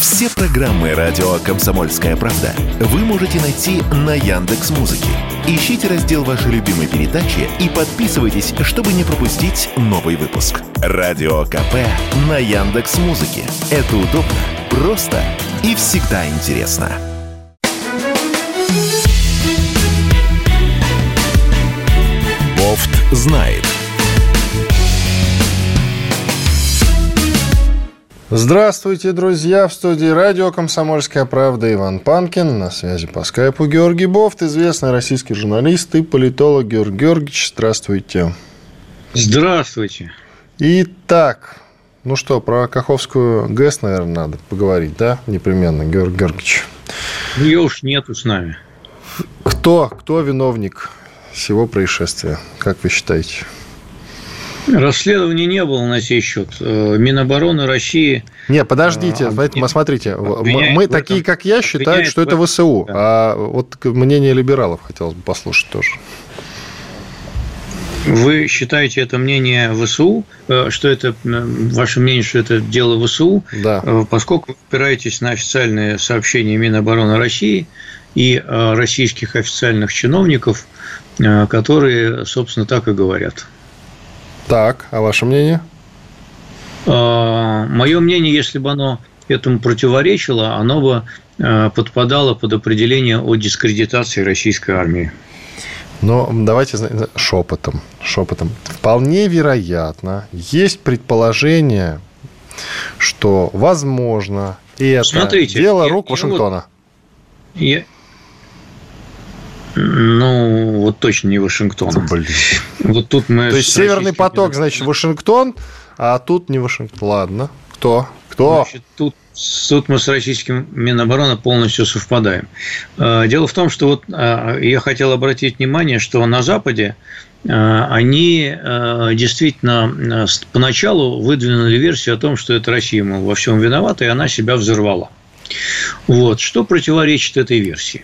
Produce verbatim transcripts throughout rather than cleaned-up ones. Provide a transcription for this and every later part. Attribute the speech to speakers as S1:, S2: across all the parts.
S1: Все программы радио «Комсомольская правда» вы можете найти на Яндекс.Музыке. Ищите раздел вашей любимой передачи и подписывайтесь, чтобы не пропустить новый выпуск. Радио КП на Яндекс.Музыке. Это удобно, просто и всегда интересно. Бофт знает.
S2: Здравствуйте, друзья! В студии радио «Комсомольская правда» Иван Панкин. На связи по скайпу Георгий Бофт, известный российский журналист и политолог. Георгий Георгиевич, здравствуйте.
S3: Здравствуйте.
S2: Итак, ну что, про Каховскую ГЭС, наверное, надо поговорить, да? Непременно, Георгий Георгиевич.
S3: Ее уж нету с нами.
S2: Кто, кто виновник всего происшествия, как вы считаете?
S3: Расследования не было на сей счет. Минобороны России...
S2: Не, подождите, поэтому, смотрите, мы, мы такие, как я, считают, что это ВСУ. Да. А вот мнение либералов хотелось бы послушать тоже.
S3: Вы считаете это мнение ВСУ, что это, ваше мнение, что это дело ВСУ,
S2: да.
S3: Поскольку вы опираетесь на официальные сообщения Минобороны России и российских официальных чиновников, которые, собственно, так и говорят.
S2: Так, а ваше мнение?
S3: Мое мнение, если бы оно этому противоречило, оно бы подпадало под определение о дискредитации российской армии.
S2: Но давайте шепотом, шепотом. Вполне вероятно, есть предположение, что, возможно, и это Смотрите, дело я, рук я Вашингтона.
S3: Вот, я... Ну, вот точно не Вашингтон.
S2: Блин.
S3: Вот тут мы.
S2: То есть Северный поток, значит, Вашингтон, а тут не Вашингтон. Ладно. Кто? Кто?
S3: Значит, тут, тут мы с российским Минобороны полностью совпадаем. Дело в том, что вот я хотел обратить внимание, что на Западе они действительно поначалу выдвинули версию о том, что это Россия, мол, во всем виновата, и она себя взорвала. Вот. Что противоречит этой версии?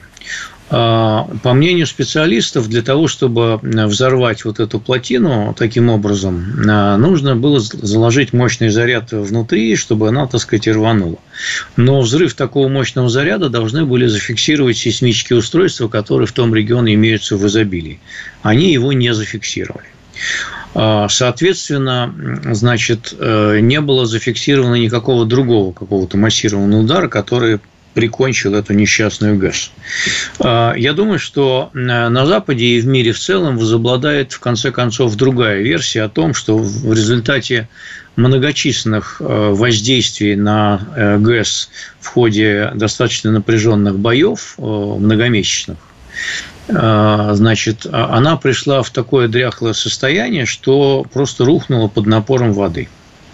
S3: По мнению специалистов, для того, чтобы взорвать вот эту плотину таким образом, нужно было заложить мощный заряд внутри, чтобы она, так сказать, рванула. Но взрыв такого мощного заряда должны были зафиксировать сейсмические устройства, которые в том регионе имеются в изобилии. Они его не зафиксировали. Соответственно, значит, не было зафиксировано никакого другого какого-то массированного удара, который прикончил эту несчастную ГЭС. Я думаю, что на Западе и в мире в целом возобладает, в конце концов, другая версия о том, что в результате многочисленных воздействий на ГЭС в ходе достаточно напряженных боев, многомесячных, значит, она пришла в такое дряхлое состояние, что просто рухнула под напором воды.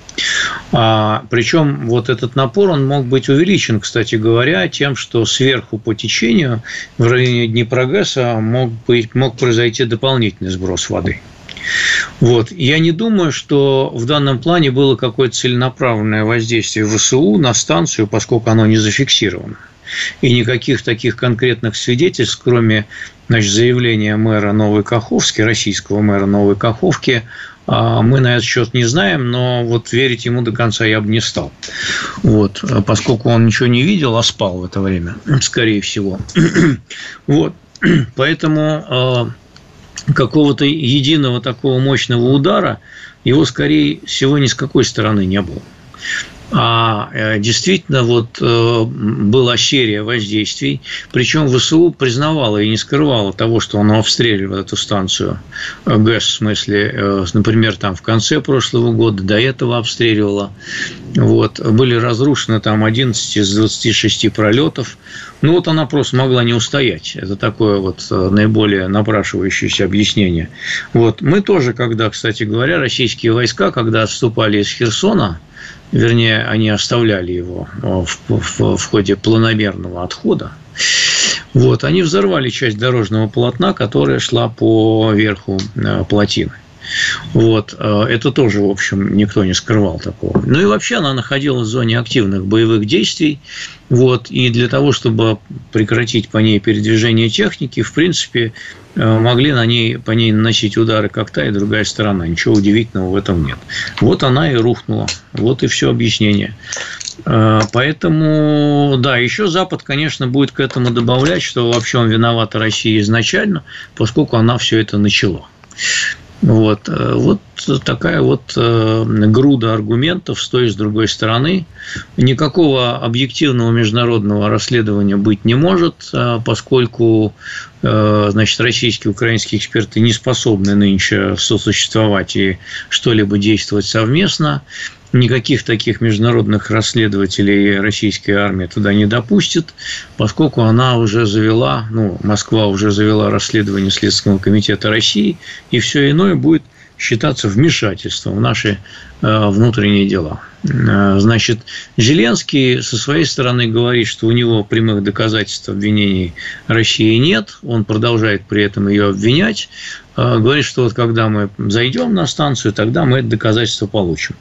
S3: А, причем вот этот напор, он мог быть увеличен, кстати говоря, тем, что сверху по течению в районе Днепрогэса мог, быть, мог произойти дополнительный сброс воды. Вот. Я не думаю, что в данном плане было какое-то целенаправленное воздействие ВСУ на станцию, поскольку оно не зафиксировано. И никаких таких конкретных свидетельств, кроме, значит, заявления мэра Новой Каховки, российского мэра Новой Каховки, мы на этот счет не знаем, но вот верить ему до конца я бы не стал. Вот, поскольку он ничего не видел, а спал в это время, скорее всего. Вот. Поэтому какого-то единого такого мощного удара его, скорее всего, ни с какой стороны не было. А действительно, вот была серия воздействий, причем ВСУ признавала и не скрывала того, что оно обстреливало эту станцию ГЭС, в смысле, например, там в конце прошлого года, до этого обстреливала. Вот. Были разрушены там одиннадцать из двадцати шести пролетов. Ну, вот она просто могла не устоять. Это такое вот наиболее напрашивающееся объяснение. Вот. Мы тоже, когда, кстати говоря, российские войска, когда отступали из Херсона, вернее, они оставляли его в, в, в ходе планомерного отхода, вот, они взорвали часть дорожного полотна, которая шла по верху плотины. Вот. Это тоже, в общем, никто не скрывал такого. Ну и вообще она находилась в зоне активных боевых действий. Вот. И для того, чтобы прекратить по ней передвижение техники, в принципе, могли на ней, по ней наносить удары как та и другая сторона. Ничего удивительного в этом нет. Вот она и рухнула. Вот и все объяснение. Поэтому, да, еще Запад, конечно, будет к этому добавлять, что вообще он виновата России изначально, поскольку она все это начала. Вот, вот такая вот груда аргументов с той и с другой стороны. Никакого объективного международного расследования быть не может, поскольку, значит, российские и украинские эксперты не способны нынче сосуществовать и что-либо действовать совместно. Никаких таких международных расследователей российская армия туда не допустит, поскольку она уже завела, ну, Москва уже завела расследование Следственного комитета России, и все иное будет считаться вмешательством в наши э, внутренние дела. Значит, Зеленский со своей стороны говорит, что у него прямых доказательств обвинений России нет, он продолжает при этом ее обвинять, говорит, что вот когда мы зайдем на станцию, тогда мы это доказательство получим.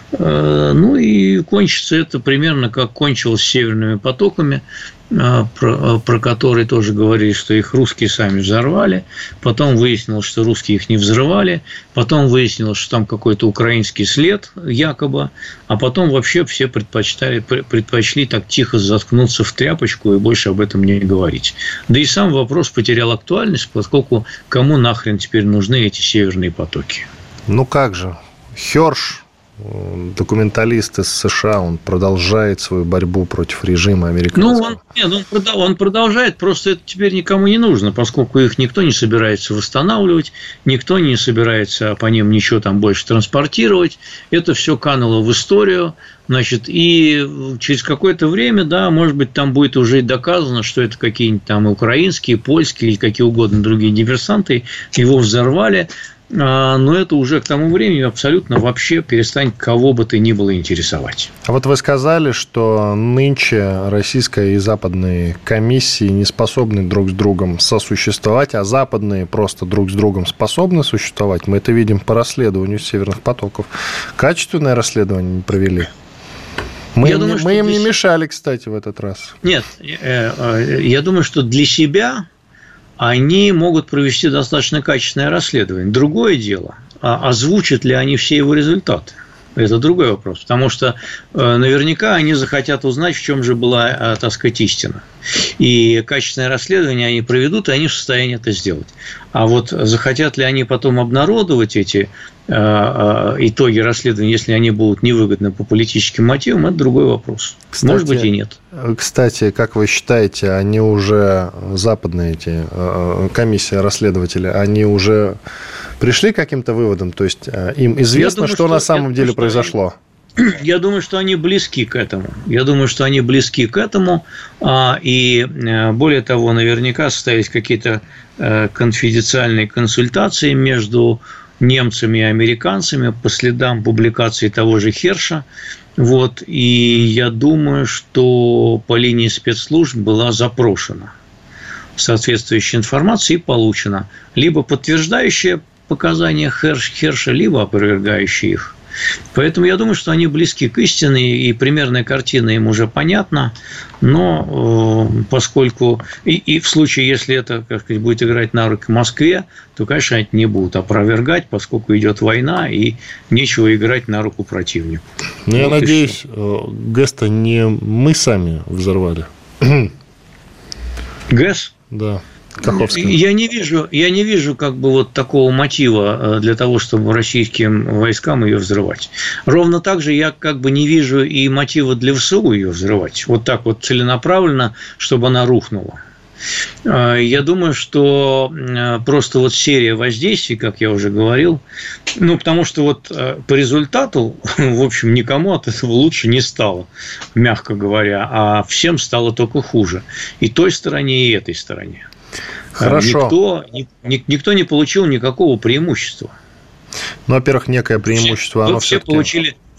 S3: Ну и кончится это примерно как кончилось с северными потоками, про, про которые тоже говорили, что их русские сами взорвали, потом выяснилось, что русские их не взрывали, потом выяснилось, что там какой-то украинский след якобы, а потом вообще все предпочитали, предпочли так тихо заткнуться в тряпочку и больше об этом не говорить. Да и сам вопрос потерял актуальность, поскольку кому нахрен теперь нужны эти северные потоки?
S2: Ну как же, Херш, документалист из США, он продолжает свою борьбу против режима американского.
S3: Ну, он, нет, он продолжает, просто это теперь никому не нужно, поскольку их никто не собирается восстанавливать, никто не собирается по ним ничего там больше транспортировать. Это все кануло в историю. Значит, и через какое-то время, да, может быть, там будет уже и доказано, что это какие-нибудь там украинские, польские или какие угодно другие диверсанты, его взорвали. Но это уже к тому времени абсолютно вообще перестанет кого бы то ни было интересовать.
S2: А вот вы сказали, что нынче российская и западные комиссии не способны друг с другом сосуществовать, а западные просто друг с другом способны существовать. Мы это видим по расследованию северных потоков. Качественное расследование не провели. Мы, я думаю, мы им для... не мешали, кстати, в этот раз.
S3: Нет, я думаю, что для себя они могут провести достаточно качественное расследование. Другое дело, озвучат ли они все его результаты. Это другой вопрос, потому что наверняка они захотят узнать, в чем же была, так сказать, истина. И качественное расследование они проведут, и они в состоянии это сделать. А вот захотят ли они потом обнародовать эти итоги расследования, если они будут невыгодны по политическим мотивам, это другой вопрос. Кстати, может быть, и нет.
S2: Кстати, как вы считаете, они уже, западные эти комиссии расследователей, они уже пришли к каким-то выводам? То есть им известно, думаю, что, что на самом деле что произошло?
S3: Я думаю, что они близки к этому. Я думаю, что они близки к этому. И более того, наверняка состоялись какие-то конфиденциальные консультации между немцами и американцами по следам публикации того же Херша. Вот. И я думаю, что по линии спецслужб была запрошена соответствующая информация и получена либо подтверждающая показания Херша, либо опровергающие их. Поэтому я думаю, что они близки к истине, и примерная картина им уже понятна, но э, поскольку и, и в случае, если это, как сказать, будет играть на руки Москве, то, конечно, они не будут опровергать, поскольку идет война, и нечего играть на руку противнику.
S2: Ну, вот я надеюсь, ГЭС-то не мы сами взорвали.
S3: ГЭС?
S2: Да.
S3: Я не вижу, я не вижу как бы вот такого мотива для того, чтобы российским войскам ее взрывать. Ровно так же я как бы не вижу и мотива для ВСУ ее взрывать. Вот так вот целенаправленно, чтобы она рухнула. Я думаю, что просто вот серия воздействий, как я уже говорил, ну, потому что вот по результату, в общем, никому от этого лучше не стало, мягко говоря, а всем стало только хуже. И той стороне, и этой стороне.
S2: Хорошо.
S3: Никто, никто не получил никакого преимущества.
S2: Ну, во-первых, некое преимущество,
S3: все,
S2: оно
S3: все
S2: все-таки...
S3: получили,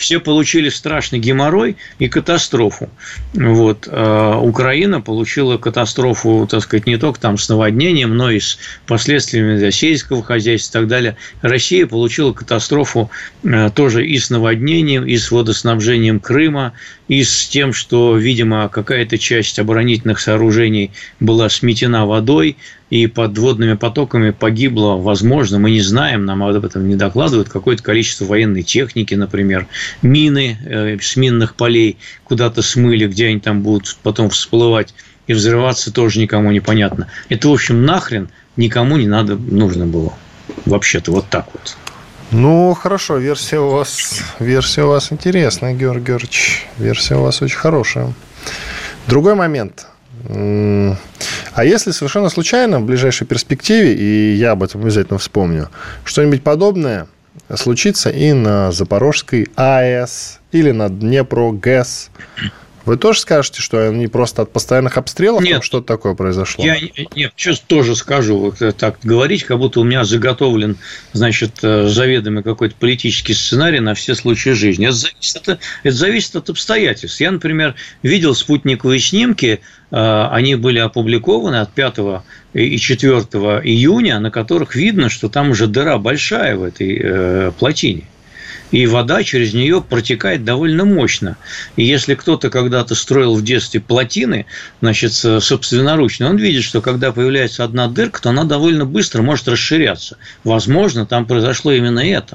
S3: все получили страшный геморрой и катастрофу. Вот. А Украина получила катастрофу, так сказать, не только там с наводнением, но и с последствиями для сельского хозяйства и так далее. Россия получила катастрофу тоже и с наводнением, и с водоснабжением Крыма, и с тем, что, видимо, какая-то часть оборонительных сооружений была сметена водой, и под водными потоками погибло, возможно, мы не знаем, нам об этом не докладывают, какое-то количество военной техники, например, мины э, с минных полей куда-то смыли, где они там будут потом всплывать и взрываться, тоже никому не понятно. Это, в общем, нахрен никому не надо, нужно было. Вообще-то вот так вот.
S2: Ну, хорошо, версия у вас, версия у вас интересная, Георгий Георгиевич. Версия у вас очень хорошая. Другой момент. А если совершенно случайно в ближайшей перспективе, и я об этом обязательно вспомню, что-нибудь подобное случится и на Запорожской АЭС или на Днепрогэс, вы тоже скажете, что они просто от постоянных обстрелов
S3: нет,
S2: что-то такое произошло?
S3: Я нет, сейчас тоже скажу, вот так говорить, как будто у меня заготовлен, значит, заведомый какой-то политический сценарий на все случаи жизни. Это зависит от, это зависит от обстоятельств. Я, например, видел спутниковые снимки, они были опубликованы от пятого и четвёртого июня, на которых видно, что там уже дыра большая в этой плотине. И вода через нее протекает довольно мощно. И если кто-то когда-то строил в детстве плотины, значит, собственноручно, он видит, что когда появляется одна дырка, то она довольно быстро может расширяться. Возможно, там произошло именно это.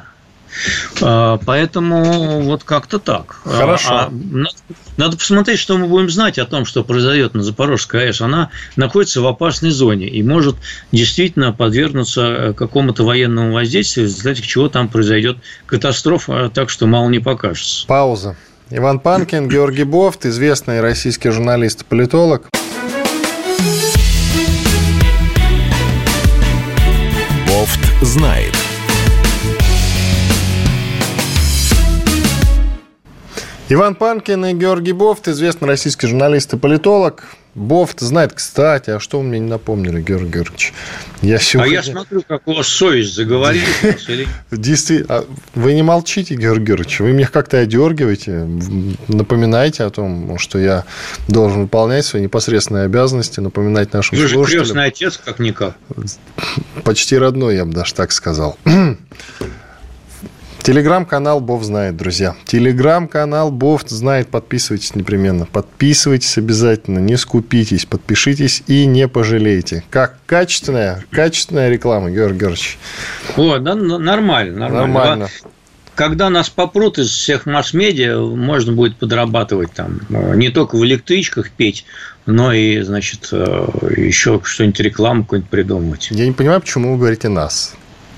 S3: Поэтому вот как-то так.
S2: Хорошо.
S3: А, надо, надо посмотреть, что мы будем знать о том, что произойдет на Запорожской АЭС. Она находится в опасной зоне и может действительно подвергнуться какому-то военному воздействию, в результате чего там произойдет катастрофа, так что мало не покажется.
S2: Пауза. Иван Панкин, Георгий Бофт, известный российский журналист и политолог.
S1: Бофт знает.
S2: Иван Панкин и Георгий Бофт, известный российский журналист и политолог. Бофт знает, кстати, а что вы мне не напомнили, Георгий Георгиевич? Я сегодня...
S3: А я смотрю, как у вас совесть заговорила.
S2: Действительно, вы не молчите, Георгий Георгиевич, вы меня как-то одергиваете, напоминаете о том, что я должен выполнять свои непосредственные обязанности, напоминать нашим
S3: вы
S2: слушателям.
S3: Вы же крестный отец, как-никак.
S2: Почти родной, я бы даже так сказал. Телеграм-канал Бофт знает, друзья. Телеграм-канал Бофт знает. Подписывайтесь непременно. Подписывайтесь обязательно. Не скупитесь. Подпишитесь и не пожалейте. Как качественная, качественная реклама, Георгий Георгиевич.
S3: О, да, нормально, нормально.
S2: Нормально.
S3: Когда нас попрут из всех масс-медиа, можно будет подрабатывать там. Не только в электричках петь, но и, значит, еще что-нибудь, рекламу какую-нибудь придумывать.
S2: Я не понимаю, почему вы говорите «нас».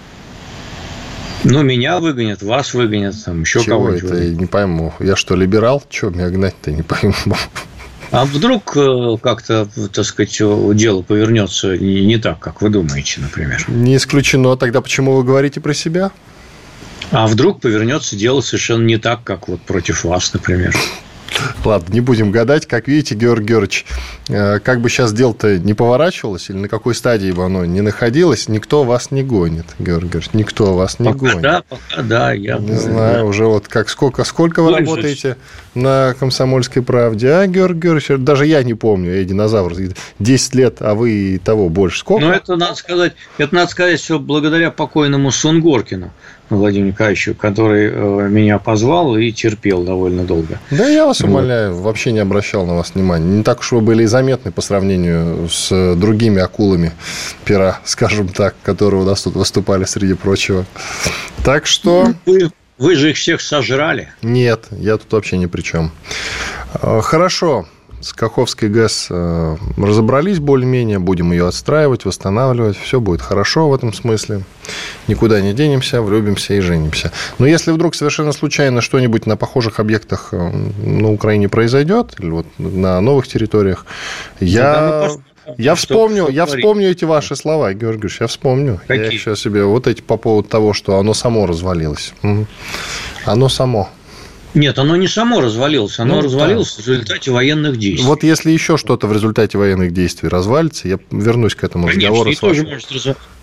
S3: Ну, меня выгонят, вас выгонят, там еще
S2: Чего
S3: кого-нибудь.
S2: Это? Я не пойму. Я что, либерал? Чего меня гнать-то, не пойму.
S3: А вдруг как-то, так сказать, дело повернется не так, как вы думаете, например?
S2: Не исключено. Тогда почему вы говорите про себя?
S3: А вдруг повернется дело совершенно не так, как вот против вас, например?
S2: Ладно, не будем гадать. Как видите, Георгий Георгиевич, как бы сейчас дело-то не поворачивалось, или на какой стадии бы оно ни находилось, никто вас не гонит, Георгий Георгиевич. Никто вас не
S3: пока
S2: гонит.
S3: Да, пока да. Я
S2: не знаю, да. Уже вот как сколько, сколько вы Больше. работаете на «Комсомольской правде, а, Георгий Георгиевич? Даже я не помню, я динозавр. десять лет, а вы и того больше. Сколько?
S3: Ну, это надо сказать, это надо сказать, что благодаря покойному Сунгоркину Владимиру Николаевичу, который меня позвал и терпел довольно долго.
S2: Да, я вас умоляю, вот. Вообще не обращал на вас внимания. Не так уж вы были и заметны по сравнению с другими акулами пера, скажем так, которые у нас тут выступали, среди прочего. Так что...
S3: Вы, вы же их всех сожрали.
S2: Нет, я тут вообще ни при чем. Хорошо. С Каховской ГЭС разобрались более-менее, будем ее отстраивать, восстанавливать, все будет хорошо в этом смысле, никуда не денемся, влюбимся и женимся. Но если вдруг совершенно случайно что-нибудь на похожих объектах на Украине произойдет, или вот на новых территориях, я... Я вспомню, что, что я вспомню эти ваши слова, Георгий Георгиевич, я вспомню. Какие? Я сейчас себе вот эти по поводу того, что оно само развалилось. Оно само.
S3: Нет, оно не само развалилось, оно ну, развалилось да. в результате военных действий.
S2: Вот если еще что-то в результате военных действий развалится, я вернусь к этому
S3: Конечно,
S2: разговору.
S3: И тоже может,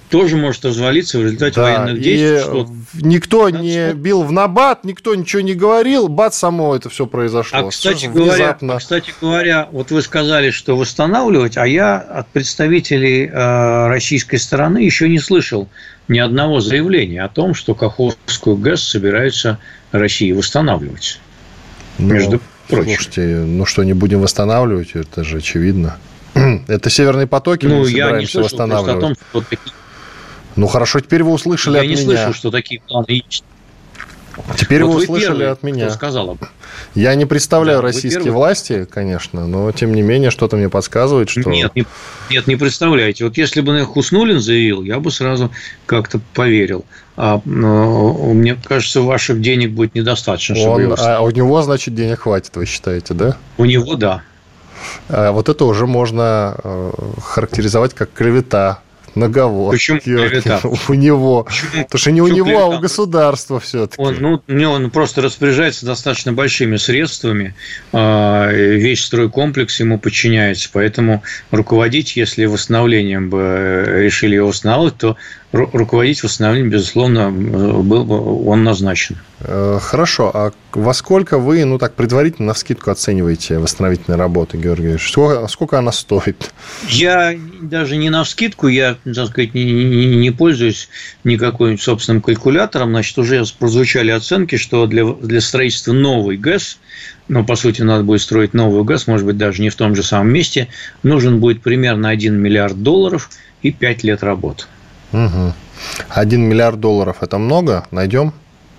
S3: тоже может развалиться в результате
S2: да,
S3: военных действий. Что...
S2: Никто да, не что... бил в набат, никто ничего не говорил, бац, само это все произошло.
S3: А кстати, говоря, а, кстати говоря, вот вы сказали, что восстанавливать, а я от представителей э, российской стороны еще не слышал ни одного заявления о том, что Каховскую ГЭС собирается Россия восстанавливать.
S2: Ну, между прочим. Слушайте, ну что, не будем восстанавливать, это же очевидно. Это северные потоки,
S3: ну,
S2: мы собираемся
S3: я не слышал
S2: восстанавливать.
S3: О том, что такие...
S2: Ну хорошо, теперь вы услышали
S3: я
S2: от меня.
S3: Я не слышал, что такие планы есть.
S2: Теперь
S3: вот
S2: вы
S3: вы
S2: услышали
S3: первый,
S2: от меня.
S3: Кто сказал об этом.
S2: Я не представляю
S3: да,
S2: российские власти, конечно, но тем не менее что-то мне подсказывает, что...
S3: Нет, не, нет, не представляете. Вот если бы Хуснуллин заявил, я бы сразу как-то поверил. А, но, мне кажется, ваших денег будет недостаточно, чтобы
S2: Он,
S3: его...
S2: А у него, значит, денег хватит, вы считаете, да?
S3: У него, да.
S2: А вот это уже можно характеризовать как клевета. Наговор.
S3: Почему клевета?
S2: У него.
S3: Почему?
S2: Потому что не у него,
S3: клевета?
S2: а у государства все-таки.
S3: Он, ну, он просто распоряжается достаточно большими средствами. Весь стройкомплекс ему подчиняется. Поэтому руководить, если восстановлением бы решили его восстанавливать, то руководить восстановлением, безусловно, был бы он назначен.
S2: Хорошо. А во сколько вы, ну так, предварительно навскидку оцениваете восстановительные работы, Георгий Георгиевич? Сколько, сколько она стоит? Я
S3: даже не навскидку, я, так сказать, не, не, не пользуюсь никаким собственным калькулятором. Значит, уже прозвучали оценки, что для, для строительства новой ГЭС, но, по сути, надо будет строить новую ГЭС, может быть, даже не в том же самом месте, нужен будет примерно один миллиард долларов и пять лет работы.
S2: Угу. Один миллиард долларов – это много? Найдем?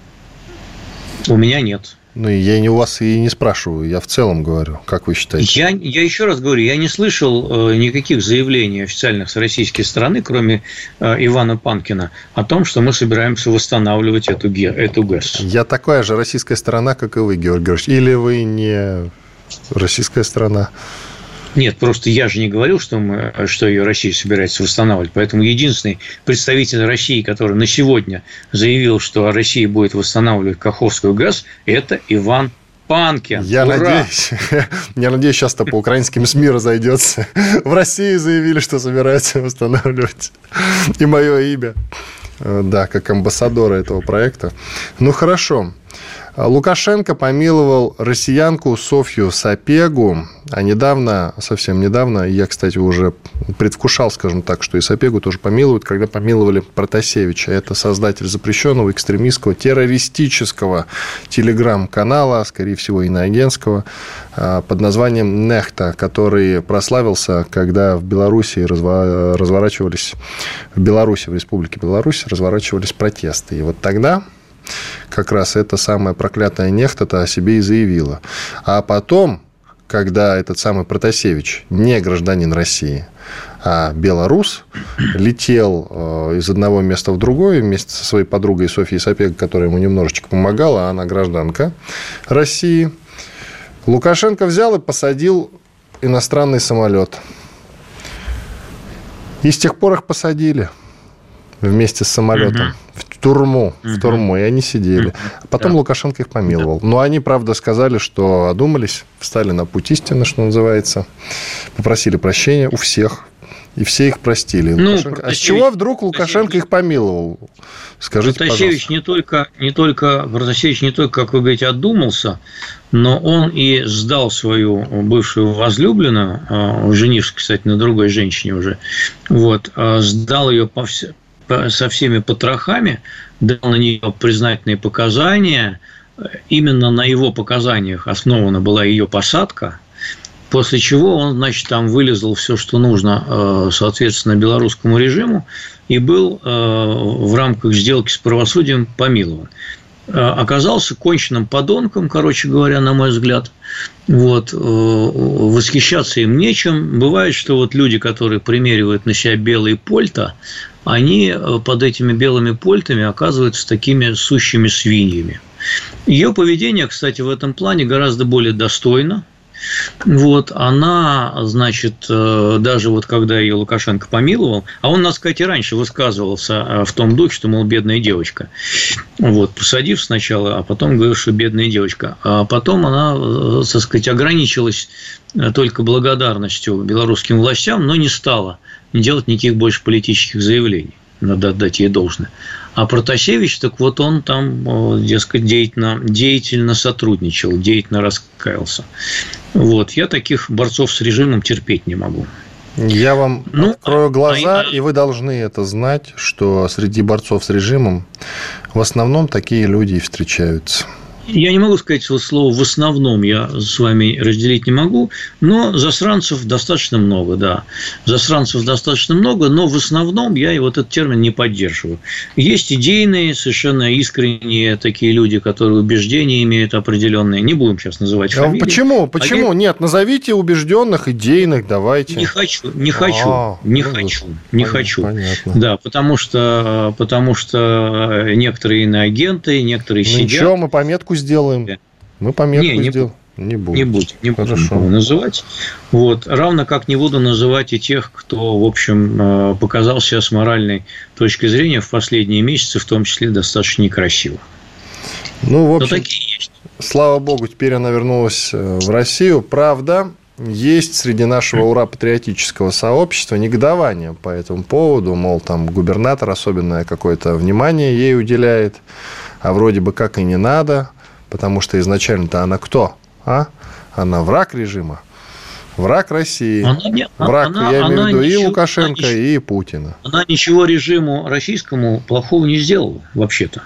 S3: У меня нет.
S2: Ну, я не у вас и не спрашиваю, я в целом говорю. Как вы считаете?
S3: Я, я еще раз говорю, я не слышал э, никаких заявлений официальных с российской стороны, кроме э, Ивана Панкина, о том, что мы собираемся восстанавливать эту, эту ГЭС.
S2: Я такая же российская сторона, как и вы, Георгий Георгиевич. Или вы не российская сторона?
S3: Нет, просто я же не говорил, что, мы, что ее Россия собирается восстанавливать. Поэтому единственный представитель России, который на сегодня заявил, что Россия будет восстанавливать Каховскую ГЭС, это Иван Панкин.
S2: Я
S3: Ура!
S2: надеюсь, я надеюсь, сейчас-то по украинским СМИ разойдется. В России заявили, что собираются восстанавливать. И мое имя. Да, как амбассадора этого проекта. Ну, хорошо. Лукашенко помиловал россиянку Софью Сапегу, а недавно, совсем недавно, я, кстати, уже предвкушал, скажем так, что и Сапегу тоже помилуют, когда помиловали Протасевича. Это создатель запрещенного экстремистского террористического телеграм-канала, скорее всего, иноагентского, под названием «Нехта», который прославился, когда в Беларуси разворачивались, в Беларуси, в Республике Беларусь разворачивались протесты. И вот тогда... как раз эта самая проклятая Нехта-то о себе и заявила. А потом, когда этот самый Протасевич, не гражданин России, а белорус, летел из одного места в другое вместе со своей подругой Софьей Сапего, которая ему немножечко помогала, а она гражданка России, Лукашенко взял и посадил иностранный самолет. И с тех пор их посадили вместе с самолетом. Угу. В тюрьму, угу. в тюрьму, и они сидели. А потом да. Лукашенко их помиловал. Да. Но они, правда, сказали, что одумались, встали на путь истины, что называется, попросили прощения у всех, и все их простили. Ну, Лукашенко... А с чего вдруг Лукашенко Протасевич... их помиловал? Скажите,
S3: Протасевич
S2: пожалуйста.
S3: Не только, не только, Протасевич не только, как вы говорите, отдумался, но он и сдал свою бывшую возлюбленную, женившись, кстати, на другой женщине уже, вот, сдал ее по всем, со всеми потрохами, дал на нее признательные показания. Именно на его показаниях основана была ее посадка, после чего он, значит, там вылезал все, что нужно, соответственно, белорусскому режиму, и был в рамках сделки с правосудием помилован. Оказался конченным подонком, короче говоря, на мой взгляд. Вот. Восхищаться им нечем. Бывает, что вот люди, которые примеривают на себя белые пальто, они под этими белыми пальтами оказываются такими сущими свиньями. Ее поведение, кстати, в этом плане гораздо более достойно. Вот, она, значит, даже вот когда ее Лукашенко помиловал, а он, надо сказать, и раньше высказывался в том духе, что, мол, бедная девочка, вот, посадив сначала, а потом говорил, что бедная девочка, а потом она, так сказать, ограничилась только благодарностью белорусским властям, но не стала делать никаких больше политических заявлений. надо отдать ей должное. А Протасевич, так вот он там, дескать, деятельно, деятельно сотрудничал, деятельно раскаялся. Вот. Я таких борцов с режимом терпеть не могу.
S2: Я вам ну, открою глаза, а... и вы должны это знать, что среди борцов с режимом в основном такие люди и встречаются.
S3: Я не могу сказать вот слово «в основном», я с вами разделить не могу, но засранцев достаточно много, да. Засранцев достаточно много, но в основном я и вот этот термин не поддерживаю. Есть идейные, совершенно искренние такие люди, которые убеждения имеют определенные. Не будем сейчас называть фамилии.
S2: А почему? Почему? А я... Нет, назовите убежденных, идейных, давайте.
S3: Не хочу, не хочу, А-а-а. не ну, хочу, не понятно, хочу. Понятно. Да, потому что, потому что некоторые иноагенты, некоторые ну, сидят.
S2: Ничего, мы пометку сделаем. Мы пометку
S3: не, не
S2: сделаем. Не буду.
S3: Не буду, не буду никого называть. Вот. Равно как не буду называть и тех, кто, в общем, показал себя с моральной точки зрения в последние месяцы, в том числе достаточно некрасиво.
S2: Ну, в общем, такие есть. Слава богу, теперь она вернулась в Россию. Правда, есть среди нашего ура-патриотического сообщества негодование по этому поводу. Мол, там губернатор особенное какое-то внимание ей уделяет, а вроде бы как и не надо. Потому что изначально-то она кто? А? Она враг режима, враг России. Она не, враг, она, я имею в виду, и Лукашенко, она, и Путина.
S3: Она ничего режиму российскому плохого не сделала, вообще-то.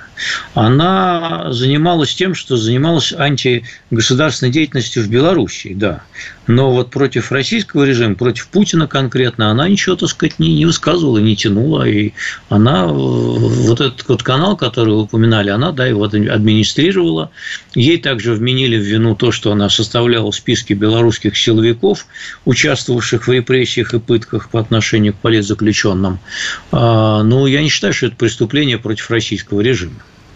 S3: Она занималась тем, что занималась антигосударственной деятельностью в Белоруссии, да. Но вот против российского режима, против Путина конкретно, она ничего, так сказать, не, не высказывала, не тянула. И она, вот этот вот канал, который вы упоминали, она, да, его администрировала. Ей также вменили в вину то, что она составляла списки белорусских силовиков, участвовавших в репрессиях и пытках по отношению к политзаключенным. Но я не считаю, что это преступление против российского режима.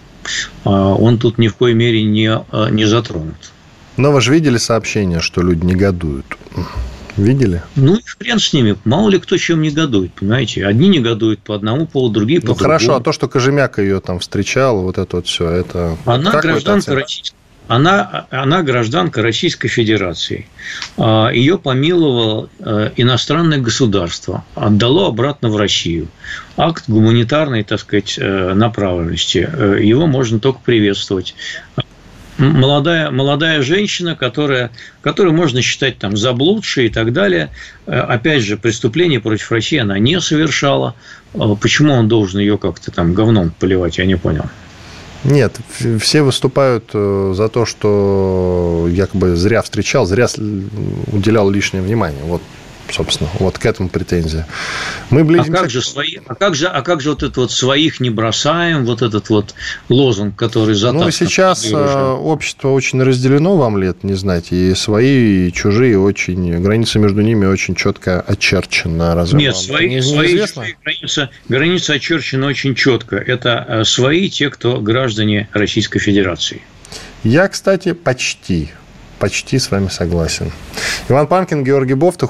S3: Он тут ни в коей мере не, не затронут.
S2: Но вы же видели сообщение, что люди негодуют? Видели?
S3: Ну, и хрен с ними. Мало ли кто чем негодует, понимаете? Одни негодуют по одному поводу, другие по
S2: ну,
S3: другому.
S2: Хорошо, а то, что Кожемяка ее там встречал, вот это вот все, это...
S3: Она гражданка российская. Она, она гражданка Российской Федерации. Ее помиловало иностранное государство, отдало обратно в Россию. Акт гуманитарной, так сказать, направленности. Его можно только приветствовать. Молодая, молодая женщина, которая, которую можно считать там заблудшей и так далее. Опять же, преступление против России она не совершала. Почему он должен ее как-то там говном поливать, я не понял.
S2: Нет, все выступают за то, что якобы зря встречал, зря уделял лишнее внимание. Вот, собственно, вот к этому претензия. Мы близимся...
S3: А как же свои, а как же, а как же вот это вот своих не бросаем, вот этот вот лозунг, который затаскан?
S2: Ну, сейчас общество очень разделено, вам лет, не знаете, и свои, и чужие, очень, граница между ними очень четко очерчена. Разве
S3: Нет, свои, не, свои чужие, граница, граница очерчена очень четко. Это свои, те, кто граждане Российской Федерации.
S2: Я, кстати, почти, почти с вами согласен. Иван Панкин, Георгий Бофт.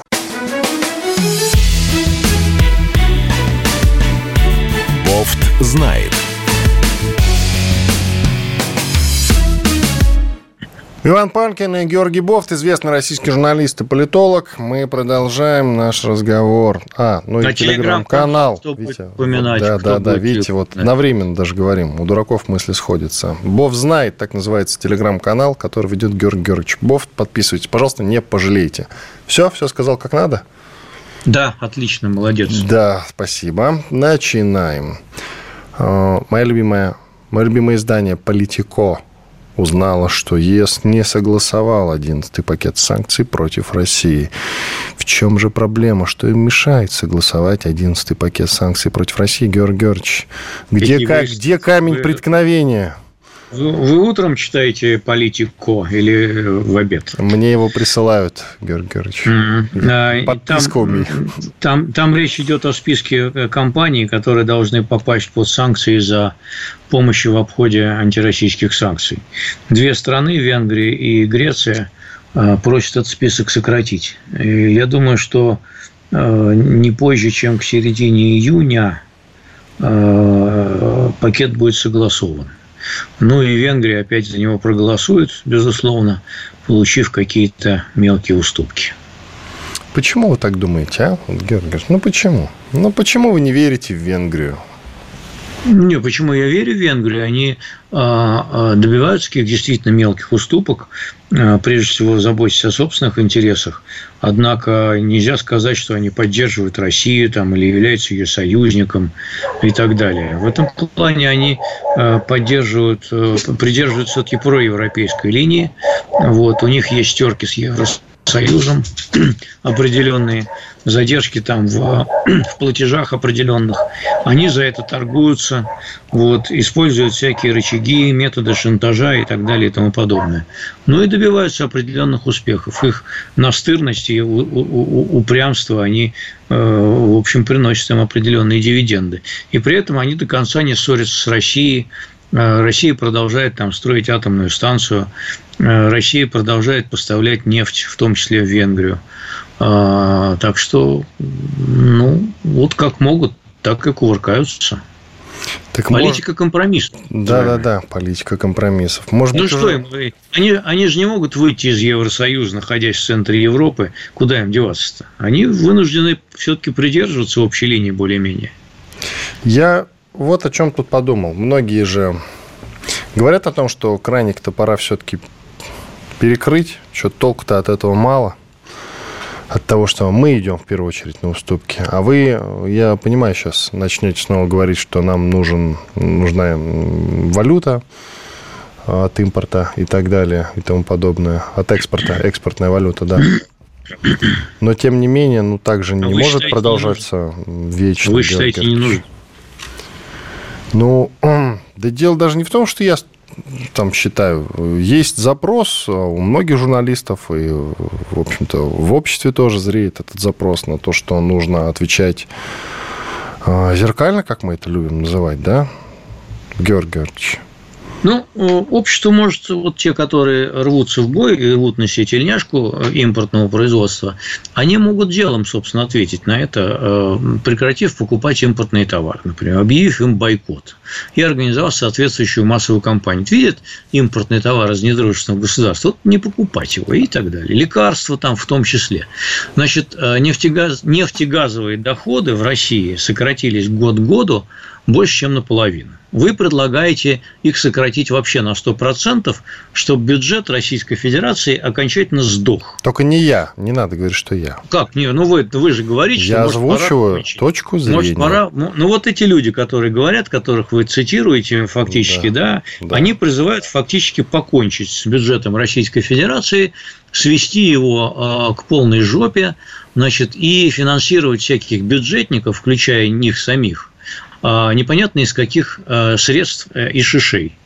S1: Бофт знает.
S2: Иван Панкин и Георгий Бофт, известный российский журналист и политолог. Мы продолжаем наш разговор. А, ну и телеграм-канал. Видите, вот, да, да, да, видите, вот да. Одновременно даже говорим. У дураков мысли сходятся. Бофт знает, так называется телеграм-канал, который ведет Георгий Георгиевич Бофт. Подписывайтесь, пожалуйста, не пожалеете. Все, все сказал как надо?
S3: Да, отлично, молодец.
S2: Да, спасибо. Начинаем. Моя любимая, мое любимое издание «Политико» узнала, что ЕС не согласовал одиннадцатый пакет санкций против России. В чем же проблема? Что им мешает согласовать одиннадцатый пакет санкций против России, Георгий Георгиевич? Где, как, где камень преткновения?
S3: Вы, вы утром читаете «Политико» или в обед?
S2: Мне его присылают, Георгий Георгиевич. Mm-hmm. Подписка у меня.
S3: Там, там речь идет о списке компаний, которые должны попасть под санкции за помощь в обходе антироссийских санкций. Две страны, Венгрия и Греция, просят этот список сократить. И я думаю, что не позже, чем к середине июня, пакет будет согласован. Ну и Венгрия опять за него проголосует, безусловно, получив какие-то мелкие уступки.
S2: Почему вы так думаете, а, Георгий Георгиевич? Ну почему? Ну почему вы не верите в Венгрию?
S3: Не, почему я верю в Венгрию? Они добиваются каких-то действительно мелких уступок, прежде всего заботясь о собственных интересах. Однако нельзя сказать, что они поддерживают Россию там, или являются ее союзником и так далее. В этом плане они поддерживают, придерживаются все-таки проевропейской линии. Вот, у них есть терки с Евросоюзом определенные, задержки там в, в платежах определенных. Они за это торгуются, вот, используют всякие рычаги, методы шантажа и так далее и тому подобное. Ну и добиваются определенных успехов. Их настырность и упрямство, они, в общем, приносят им определенные дивиденды. И при этом они до конца не ссорятся с Россией. Россия продолжает там строить атомную станцию. Россия продолжает поставлять нефть, в том числе в Венгрию. Так что, ну, вот как могут, так и кувыркаются. Так политика может... компромиссов.
S2: Да-да-да, политика компромиссов. Может
S3: ну
S2: быть,
S3: что
S2: уже...
S3: им, они, они же не могут выйти из Евросоюза, находясь в центре Европы. Куда им деваться-то? Они вынуждены все-таки придерживаться общей линии более-менее.
S2: Я вот о чем тут подумал. Многие же говорят о том, что краник-то пора все-таки перекрыть. Что-то толку-то от этого мало. От того, что мы идем в первую очередь на уступки. А вы, я понимаю, сейчас начнете снова говорить, что нам нужен, нужна валюта от импорта и так далее, и тому подобное. От экспорта, экспортная валюта, да. Но, тем не менее, ну, так же не а может считаете, продолжаться не вечно.
S3: Вы считаете, не нужно?
S2: Ну, да дело даже не в том, что я там считаю. Есть запрос у многих журналистов, и, в общем-то, в обществе тоже зреет этот запрос на то, что нужно отвечать зеркально, как мы это любим называть, да, Георгий Георгиевич?
S3: Ну, общество может, вот те, которые рвутся в бой и рвут на себе тельняшку импортного производства, они могут делом, собственно, ответить на это, прекратив покупать импортные товары, например, объявив им бойкот и организовав соответствующую массовую кампанию. Видят импортный товар из недружественного государства, вот не покупать его и так далее. Лекарства там в том числе. Значит, нефтегаз, нефтегазовые доходы в России сократились год к году больше, чем наполовину. Вы предлагаете их сократить вообще на сто процентов, чтобы бюджет Российской Федерации окончательно сдох.
S2: Только не я. Не надо говорить, что я.
S3: Как? Не, ну, вы, вы же говорите,
S2: я
S3: что
S2: может, озвучиваю
S3: пора
S2: точку зрения.
S3: Может, пора... Ну, вот эти люди, которые говорят, которых вы цитируете фактически, да, да, да, они призывают фактически покончить с бюджетом Российской Федерации, свести его э, к полной жопе, значит, и финансировать всяких бюджетников, включая них самих, непонятно из каких средств и шишей.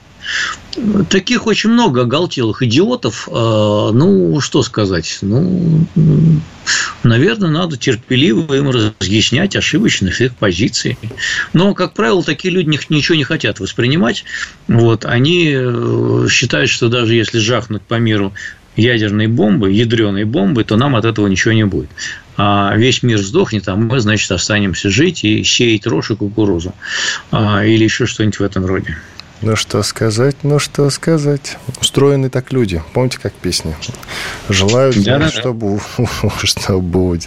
S3: Таких очень много оголтелых идиотов. Ну, что сказать? Ну, наверное, надо терпеливо им разъяснять ошибочность их позиций. Но, как правило, такие люди ничего не хотят воспринимать. Вот, они считают, что даже если жахнуть по миру ядерной бомбы, ядреной бомбы, то нам от этого ничего не будет. А весь мир сдохнет, а мы, значит, останемся жить и сеять рожь и кукурузу. А, или еще что-нибудь в этом роде.
S2: Ну, что сказать, ну, что сказать. Устроены так люди. Помните, как песня? Желают знать, да, что, да. что будет.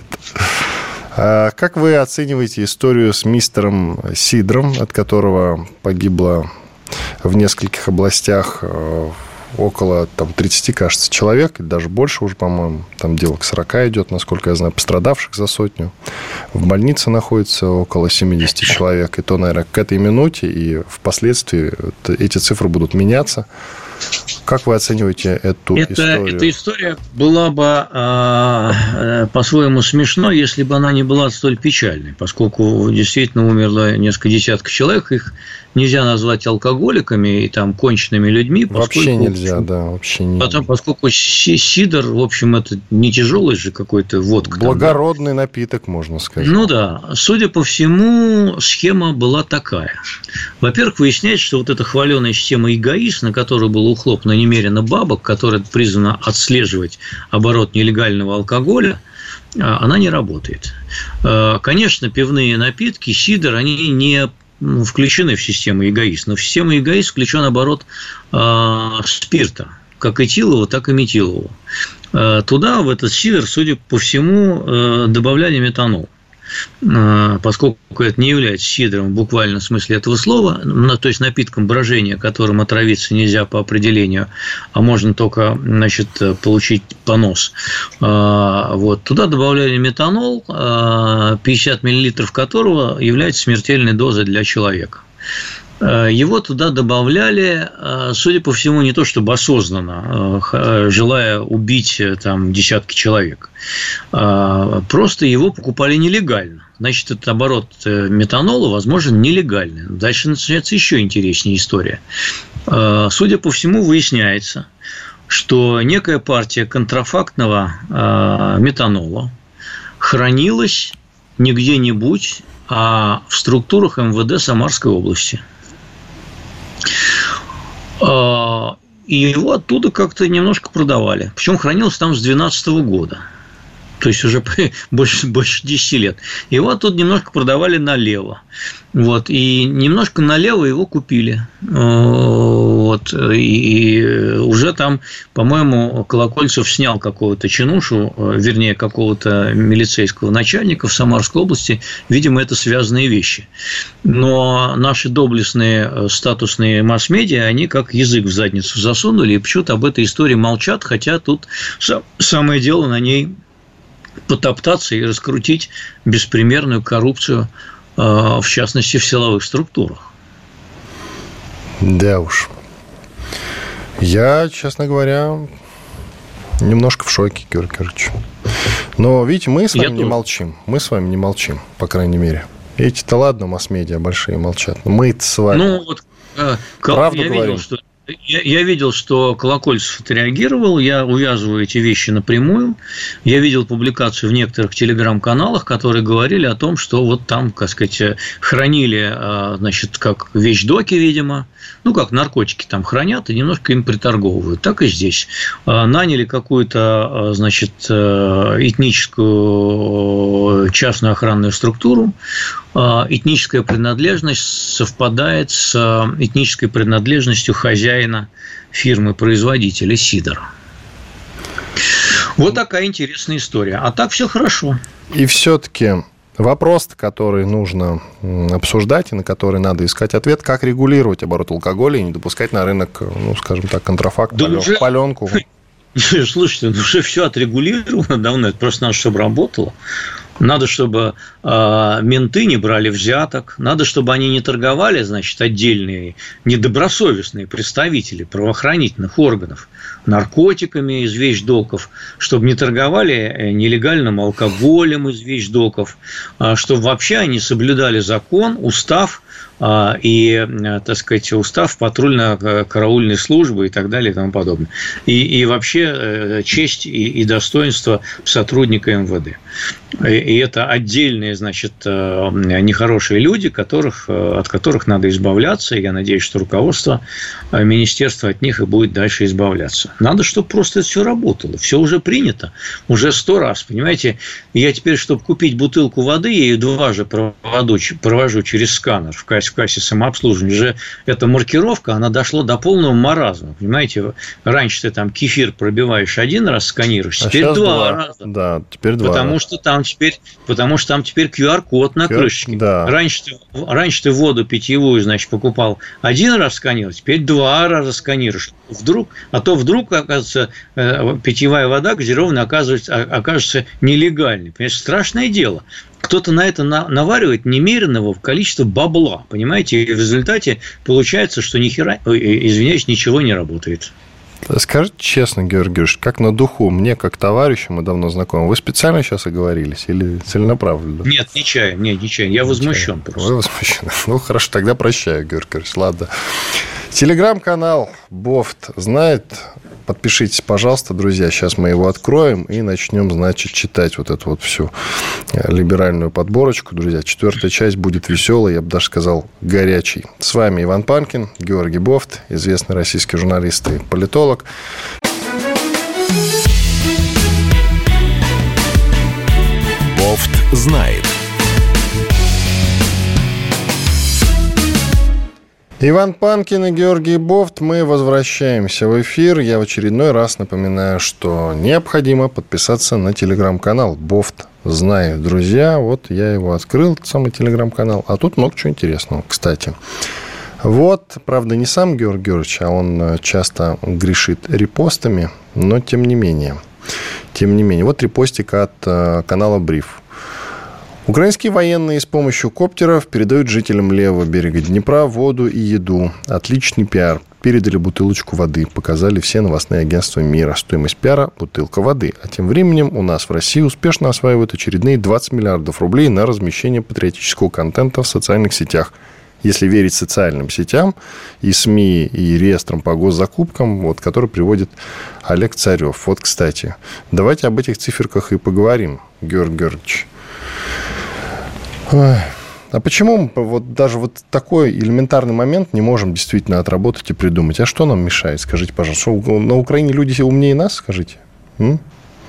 S2: А как вы оцениваете историю с мистером Сидром, от которого погибло в нескольких областях около там, тридцати, кажется, человек, и даже больше уже, по-моему, там дело к сорока идет, насколько я знаю, пострадавших за сотню. В больнице находится около семидесяти человек, и то, наверное, к этой минуте и впоследствии эти цифры будут меняться. Как вы оцениваете эту
S3: это,
S2: историю?
S3: Эта история была бы э, по-своему смешной, если бы она не была столь печальной, поскольку действительно умерло несколько десятков человек, их нельзя назвать алкоголиками и там конченными людьми.
S2: Вообще нельзя, да, вообще нельзя.
S3: Потом, поскольку сидр, в общем, это не тяжелый же какой-то водка.
S2: Благородный
S3: там, да?
S2: напиток, можно сказать.
S3: Ну да, судя по всему, схема была такая. Во-первых, выясняется, что вот эта хваленая система эгоист, на которую было ухлопано немерено бабок, которая призвана отслеживать оборот нелегального алкоголя, она не работает. Конечно, пивные напитки, сидр, они не включены в систему эгоист, но в систему эгоист включен оборот спирта, как этилового, так и метилового. Туда, в этот сидр, судя по всему, добавляли метанол. поскольку это не является сидром в буквальном смысле этого слова, то есть напитком брожения, которым отравиться нельзя по определению, а можно только, значит, получить понос. Вот. Туда добавляли метанол, пятьдесят миллилитров которого является смертельной дозой для человека. Его туда добавляли, судя по всему, не то чтобы осознанно, желая убить там десятки человек. Просто его покупали нелегально. Значит, этот оборот метанола, возможно, нелегальный. Дальше начинается еще интереснее история. Судя по всему, выясняется, что некая партия контрафактного метанола хранилась не где-нибудь, а в структурах эм вэ дэ Самарской области. И его оттуда как-то немножко продавали. Причем хранился там с две тысячи двенадцатого года. То есть уже больше, больше десяти лет. Его оттуда немножко продавали налево. Вот, и немножко налево его купили. Вот, и уже там, по-моему, Колокольцев снял какого-то чинушу, вернее, какого-то милицейского начальника в Самарской области. Видимо, это связанные вещи. Но наши доблестные статусные масс-медиа, они как язык в задницу засунули и почему-то об этой истории молчат, хотя тут самое дело на ней потоптаться и раскрутить беспримерную коррупцию, в частности, в силовых структурах.
S2: Да уж. Я, честно говоря, немножко в шоке, Георгий Георгиевич. Но, видите, мы с вами Я не тоже. молчим. Мы с вами не молчим, по крайней мере. Эти-то ладно, масс-медиа большие молчат. Но мы-то с вами
S3: ну, вот,
S2: правду
S3: я
S2: говорим.
S3: Видел, что... Я, я видел, что Колокольцев отреагировал, я увязываю эти вещи напрямую. Я видел публикацию в некоторых телеграм-каналах, которые говорили о том, что вот там, так сказать, хранили, значит, как вещдоки, видимо, ну, как наркотики там хранят и немножко им приторговывают. Так и здесь. Наняли какую-то, значит, этническую частную охранную структуру. Этническая принадлежность совпадает с этнической принадлежностью хозяина фирмы-производителя сидора. Вот такая интересная история. А так все хорошо.
S2: И все-таки вопрос, который нужно обсуждать и на который надо искать ответ, как регулировать оборот алкоголя и не допускать на рынок, ну, скажем так, контрафакт, да пален, уже... паленку.
S3: Слушайте, ну уже все отрегулировано давно, это просто надо, чтобы работало. Надо, чтобы э, менты не брали взяток, надо, чтобы они не торговали, значит, отдельные недобросовестные представители правоохранительных органов наркотиками из вещдоков, чтобы не торговали нелегальным алкоголем из вещдоков, э, чтобы вообще они соблюдали закон, устав э, и, э, так сказать, устав патрульно-караульной службы и так далее и тому подобное. И, и вообще э, честь и, и достоинство сотрудника эм вэ дэ. И это отдельные, значит, нехорошие люди, которых, от которых надо избавляться. И я надеюсь, что руководство министерства от них и будет дальше избавляться. Надо, чтобы просто это все работало. Все уже принято. Уже сто раз, понимаете. Я теперь, чтобы купить бутылку воды, я ее дважды проводу, провожу через сканер в кассе, в кассе самообслуживания. Уже эта маркировка, она дошла до полного маразма. Понимаете, раньше ты там кефир пробиваешь один раз, сканируешь, теперь а два, два раза.
S2: Да, теперь два
S3: Потому
S2: раза.
S3: что там теперь, потому что там теперь ку ар код на крышечке.
S2: Да.
S3: Раньше, ты, раньше ты воду питьевую, значит, покупал один раз сканировал, теперь два раза сканируешь. Вдруг, а то вдруг, оказывается, питьевая вода газированная оказывается, окажется нелегальной. Понимаете, страшное дело. Кто-то на это наваривает немеренного количества бабла, понимаете, и в результате получается, что ни хера, извиняюсь, ничего не работает.
S2: Скажите честно, Георгий Георгиевич, как на духу, мне как товарищу, мы давно знакомы, вы специально сейчас оговорились или целенаправленно?
S3: Нет, нечаянно, нет, нечаянно, я возмущен просто.
S2: Вы возмущены. Ну, хорошо, тогда прощаю, Георгий Георгиевич, ладно. Телеграм-канал Бофт знает. Подпишитесь, пожалуйста, друзья. Сейчас мы его откроем и начнем, значит, читать вот эту вот всю либеральную подборочку. Друзья, четвертая часть будет веселой, я бы даже сказал, горячей. С вами Иван Панкин, Георгий Бофт, известный российский журналист и политолог.
S1: Бофт знает.
S2: Иван Панкин и Георгий Бофт. Мы возвращаемся в эфир. Я в очередной раз напоминаю, что необходимо подписаться на телеграм-канал Бофт знаю. Друзья, вот я его открыл, этот самый телеграм-канал. А тут много чего интересного, кстати. Вот, правда, не сам Георгий Георгиевич, а он часто грешит репостами, но тем не менее. Тем не менее. Вот репостик от э, канала Бриф. Украинские военные с помощью коптеров передают жителям левого берега Днепра воду и еду. Отличный пиар. Передали бутылочку воды. Показали все новостные агентства мира. Стоимость пиара – бутылка воды. А тем временем у нас в России успешно осваивают очередные двадцать миллиардов рублей на размещение патриотического контента в социальных сетях. Если верить социальным сетям и СМИ, и реестрам по госзакупкам, вот, который приводит Олег Царев. Вот, кстати, давайте об этих циферках и поговорим, Георгий Георгиевич. Ой. А почему мы вот даже вот такой элементарный момент не можем действительно отработать и придумать? А что нам мешает? Скажите, пожалуйста, что на Украине люди умнее нас, скажите? М?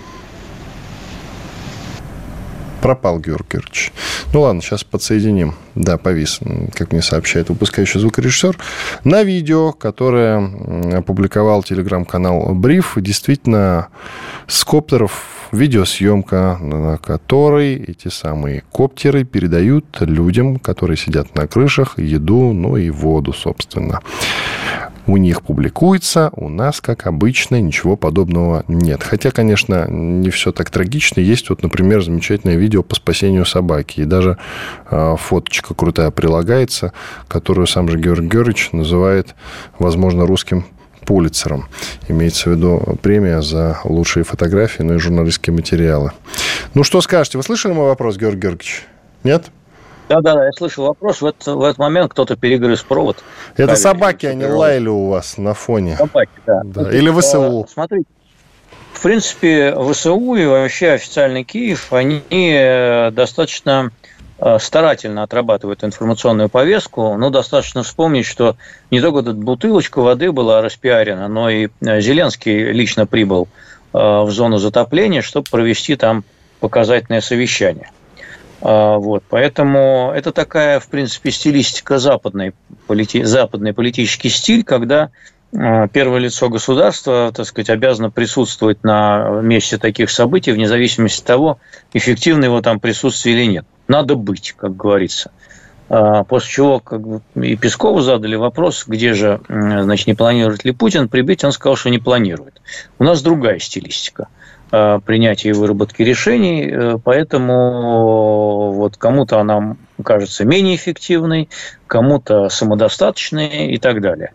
S2: Пропал Георгий Георгиевич. Ну ладно, сейчас подсоединим. Да, повис, как мне сообщает выпускающий звукорежиссер. На видео, которое опубликовал телеграм-канал Бриф, действительно с коптеров видеосъемка, на которой эти самые коптеры передают людям, которые сидят на крышах, еду, ну и воду, собственно. У них публикуется, у нас, как обычно, ничего подобного нет. Хотя, конечно, не все так трагично. Есть вот, например, замечательное видео по спасению собаки. И даже э, фоточка крутая прилагается, которую сам же Георгий Георгиевич называет, возможно, русским Пулитцером. Имеется в виду премия за лучшие фотографии, ну и журналистские материалы. Ну, что скажете? Вы слышали мой вопрос, Георгий Георгиевич? Нет?
S4: Да-да, я слышал вопрос. В этот, в этот момент кто-то перегрыз провод.
S2: Это собаки, они лаяли у вас на фоне.
S4: Собаки, да.
S2: да. Или ВСУ.
S4: Смотрите, в принципе, ВСУ и вообще официальный Киев, они достаточно старательно отрабатывают информационную повестку. Ну, достаточно вспомнить, что не только эта бутылочка воды была распиарена, но и Зеленский лично прибыл в зону затопления, чтобы провести там показательное совещание. Вот, поэтому это такая, в принципе, стилистика западной, полити... западный политический стиль, когда первое лицо государства, так сказать, обязано присутствовать на месте таких событий, вне зависимости от того, эффективно его там присутствие или нет. Надо быть, как говорится. После чего как бы, и Пескову задали вопрос, где же, значит, не планирует ли Путин прибыть, он сказал, что не планирует. У нас другая стилистика принятия и выработки решений, поэтому вот кому-то она кажется менее эффективной, кому-то самодостаточной и так далее.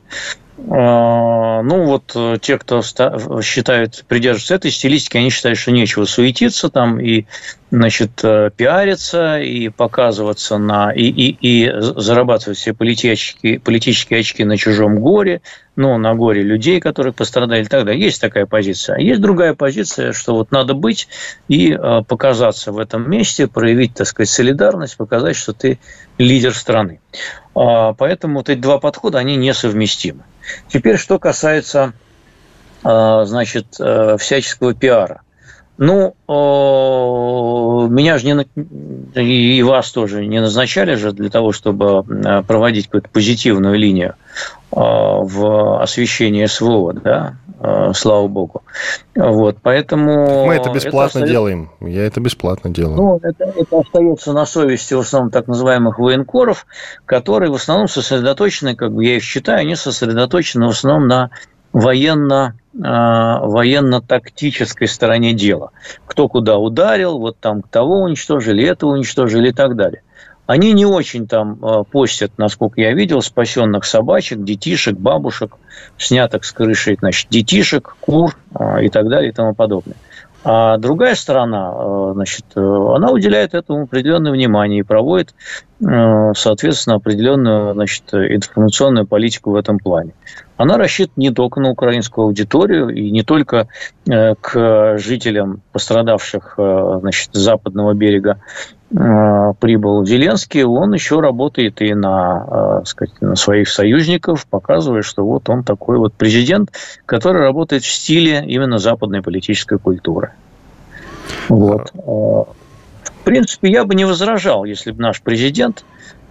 S4: Ну, вот те, кто считают, придерживаются этой стилистики, они считают, что нечего суетиться там и, значит, пиариться, и показываться на... и, и, и зарабатывать все политические, политические очки на чужом горе, ну, на горе людей, которые пострадали и так далее. Есть такая позиция. Есть другая позиция, что вот надо быть и показаться в этом месте, проявить, так сказать, солидарность, показать, что ты лидер страны. Поэтому вот эти два подхода, они несовместимы. Теперь, что касается, значит, всяческого пиара. Ну, меня же не, и вас тоже не назначали же для того, чтобы проводить какую-то позитивную линию в освещении СВО, да, слава богу. Вот, поэтому...
S2: Мы это бесплатно это остается... делаем. Я это бесплатно делаю.
S4: Ну, это, это остается на совести в основном так называемых военкоров, которые в основном сосредоточены, как бы я их считаю, они сосредоточены в основном на военно, э, военно-тактической стороне дела. Кто куда ударил, вот там того уничтожили, этого уничтожили и так далее. Они не очень там э, постят, насколько я видел, спасенных собачек, детишек, бабушек, снятых с крыши, значит, детишек, кур э, и так далее и тому подобное. А другая сторона, э, значит, э, она уделяет этому определенное внимание и проводит, э, соответственно, определенную, значит, информационную политику в этом плане. Она рассчитана не только на украинскую аудиторию и не только э, к жителям пострадавших, э, значит, западного берега э, прибыл Зеленский, он еще работает и на, э, сказать, на своих союзников, показывая, что вот он такой вот президент, который работает в стиле именно западной политической культуры. Вот. В принципе, я бы не возражал, если бы наш президент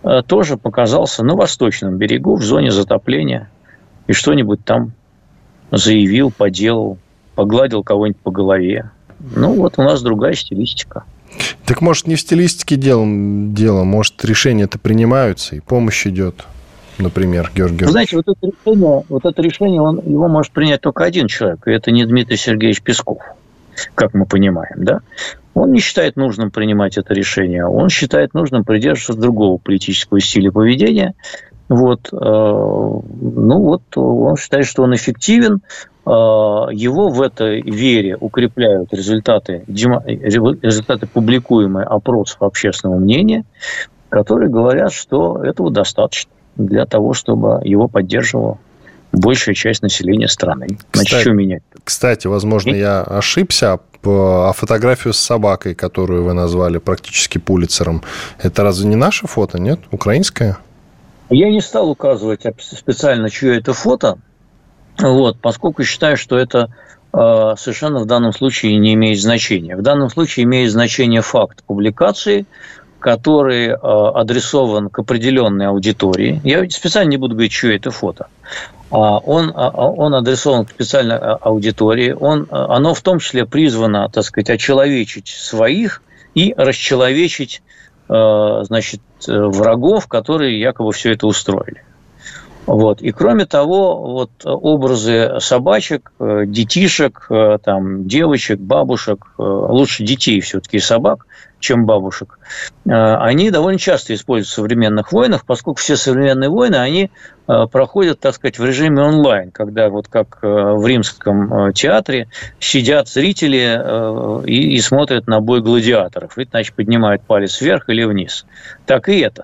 S4: тоже показался на восточном берегу в зоне затопления и что-нибудь там заявил, поделал, погладил кого-нибудь по голове. Ну, вот у нас другая стилистика.
S2: Так, может, не в стилистике дело, дело может, решения-то принимаются, и помощь идет, например, Георгий Георгиевич.
S4: Знаете, вот это решение, вот это решение он, его может принять только один человек, и это не Дмитрий Сергеевич Песков, как мы понимаем, да? Он не считает нужным принимать это решение, он считает нужным придерживаться другого политического стиля поведения. Вот, э, ну вот, он считает, что он эффективен, э, его в этой вере укрепляют результаты, демо, результаты публикуемых опросов общественного мнения, которые говорят, что этого достаточно для того, чтобы его поддерживала большая часть населения страны. Значит,
S2: кстати,
S4: что менять?
S2: Кстати, возможно, я ошибся, а фотографию с собакой, которую вы назвали практически Пулитцером, это разве не наше фото, нет? Украинское?
S4: Я не стал указывать специально, чье это фото, вот, поскольку считаю, что это э, совершенно в данном случае не имеет значения. В данном случае имеет значение факт публикации, который э, адресован к определенной аудитории. Я специально не буду говорить, чье это фото. Он, он адресован к специальной аудитории. Он, оно в том числе призвано, так сказать, очеловечить своих и расчеловечить, значит, врагов, которые якобы все это устроили. Вот. И кроме того, вот образы собачек, детишек, там, девочек, бабушек, лучше детей все-таки и собак, чем бабушек, они довольно часто используются в современных войнах, поскольку все современные войны, они проходят, так сказать, в режиме онлайн, когда вот как в Римском театре сидят зрители и, и смотрят на бой гладиаторов, и, значит, поднимают палец вверх или вниз. Так и это.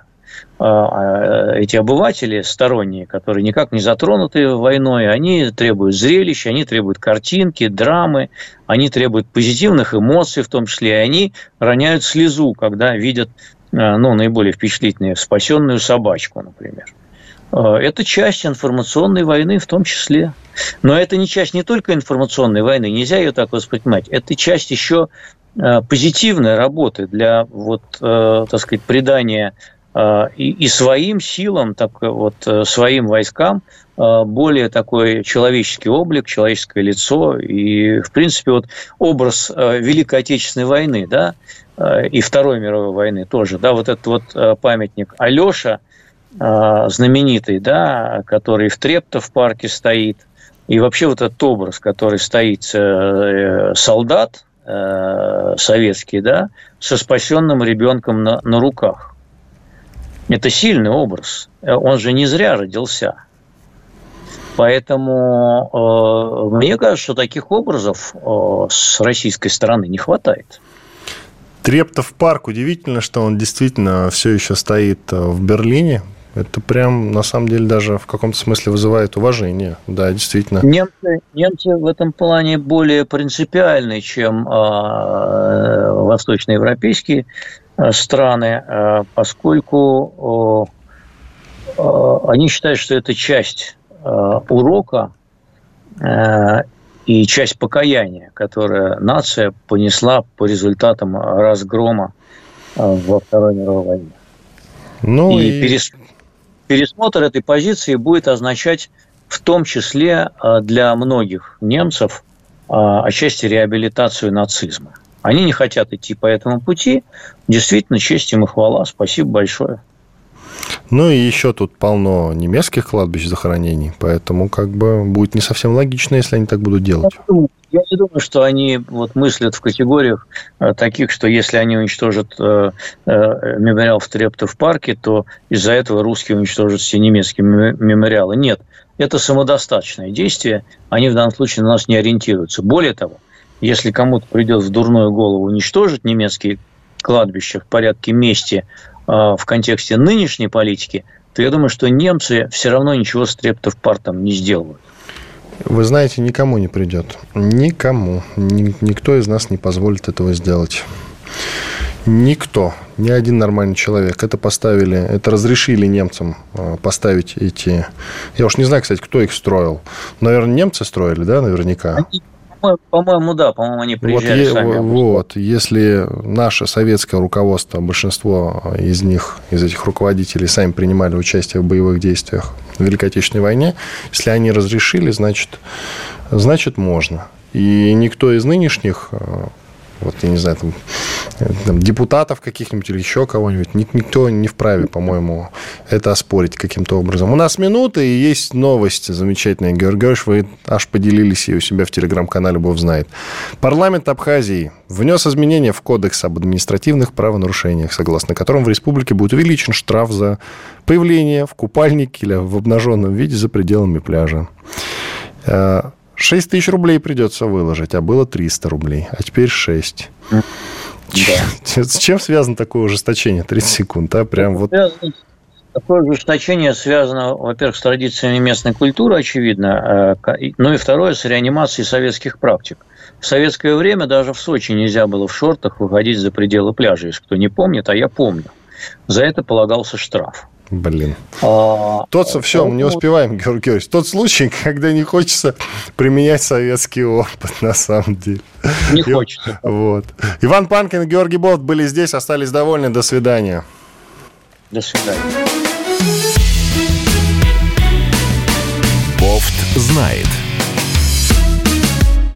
S4: Эти обыватели сторонние, которые никак не затронуты войной, они требуют зрелищ, они требуют картинки, драмы, они требуют позитивных эмоций в том числе, и они роняют слезу, когда видят, ну, наиболее впечатлительную спасенную собачку, например. Это часть информационной войны в том числе. Но это не часть не только информационной войны, нельзя ее так воспринимать, это часть еще позитивной работы для, вот, так сказать, придания И, и своим силам, так вот, своим войскам более такой человеческий облик, человеческое лицо. И, в принципе, вот образ Великой Отечественной войны, да, и Второй мировой войны тоже, да, вот этот вот памятник Алёша, знаменитый, да, который в Трептов парке стоит, и вообще вот этот образ, который стоит солдат советский, да, со спасенным ребенком на, на руках. Это сильный образ. Он же не зря родился. Поэтому э, мне кажется, что таких образов э, с российской стороны не хватает.
S2: Трептов парк. Удивительно, что он действительно все еще стоит в Берлине. Это прям, на самом деле, даже в каком-то смысле вызывает уважение. Да, действительно.
S4: Немцы, немцы в этом плане более принципиальны, чем э, восточноевропейские страны, поскольку они считают, что это часть урока и часть покаяния, которое нация понесла по результатам разгрома во Второй мировой войне. Ну и, и пересмотр этой позиции будет означать в том числе для многих немцев отчасти реабилитацию нацизма. Они не хотят идти по этому пути. Действительно, честь им и хвала. Спасибо большое.
S2: Ну и еще тут полно немецких кладбищ захоронений, поэтому как бы будет не совсем логично, если они так будут делать.
S4: Я не думаю, что они вот мыслят в категориях э, таких, что если они уничтожат э, э, мемориал в Трептов парке, то из-за этого русские уничтожат все немецкие мемориалы. Нет, это самодостаточное действие. Они в данном случае на нас не ориентируются. Более того, если кому-то придет в дурную голову уничтожить немецкие кладбища в порядке мести э, в контексте нынешней политики, то я думаю, что немцы все равно ничего с Трептов парком не сделают.
S2: Вы знаете, никому не придет. Никому. Никто из нас не позволит этого сделать. Никто. Ни один нормальный человек. Это поставили, это разрешили немцам поставить эти... Я уж не знаю, кстати, кто их строил. Наверное, немцы строили, да, наверняка?
S4: Они, По-моему, да, по-моему, они приезжали
S2: вот,
S4: сами.
S2: Вот, если наше советское руководство, большинство из них, из этих руководителей, сами принимали участие в боевых действиях в Великой Отечественной войне, если они разрешили, значит, значит можно. И никто из нынешних, вот, я не знаю, там, там, депутатов каких-нибудь или еще кого-нибудь, никто не вправе, по-моему, это оспорить каким-то образом. У нас минута, и есть новость замечательная. Георгий Георгиевич, вы аж поделились ее у себя в телеграм-канале, Бог знает. Парламент Абхазии внес изменения в Кодекс об административных правонарушениях, согласно которым в республике будет увеличен штраф за появление в купальнике или в обнаженном виде за пределами пляжа. шесть тысяч рублей придется выложить, а было триста рублей, а теперь шесть. Да. С чем связано такое ужесточение? тридцать секунд, а? Прям вот...
S4: Такое ужесточение связано, во-первых, с традициями местной культуры, очевидно, ну и второе, с реанимацией советских практик. В советское время даже в Сочи нельзя было в шортах выходить за пределы пляжа, если кто не помнит, а я помню. За это полагался штраф.
S2: Блин. А, Тот, а, все, мы не успеваем, Георгий Георгиевич. Тот случай, когда не хочется применять советский опыт, на самом деле.
S4: Не хочется.
S2: Вот. Иван Панкин и Георгий Болт были здесь, остались довольны. До свидания.
S4: До свидания.
S1: Бофт знает.